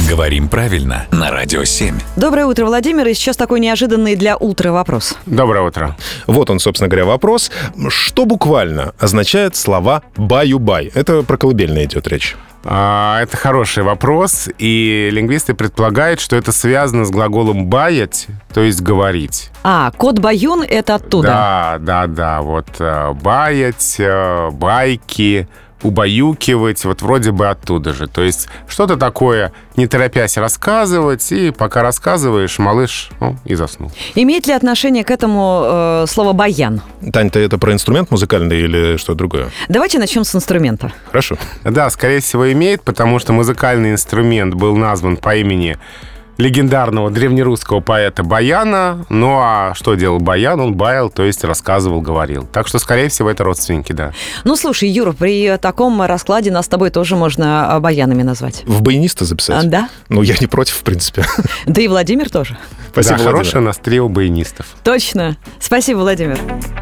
Говорим правильно на Радио 7. Доброе утро, Владимир. И сейчас такой неожиданный для утра вопрос. Доброе утро. Вот он, собственно говоря, вопрос. Что буквально означает слова «баю-бай»? Это про колыбельные идет речь. Это хороший вопрос, и лингвисты предполагают, что это связано с глаголом «баять», то есть «говорить». Кот Баюн — это оттуда. Да, вот «баять», «байки», «убаюкивать», вот вроде бы оттуда же. То есть что-то такое, не торопясь рассказывать, и пока рассказываешь, малыш и заснул. Имеет ли отношение к этому слово «баян»? Тань, ты это про инструмент музыкальный или что другое? Давайте начнем с инструмента. Хорошо. Да, скорее всего, имеет, потому что музыкальный инструмент был назван по имени легендарного древнерусского поэта Баяна. Ну а что делал Баян? Он баял, то есть рассказывал, говорил. Так что, скорее всего, это родственники, да. Ну, слушай, Юра, при таком раскладе нас с тобой тоже можно баянами назвать. В баяниста записать? Да. Ну, я не против, в принципе. Да и Владимир тоже. Спасибо, да, Владимир. хорошее у нас трио баянистов. Точно. Спасибо, Владимир.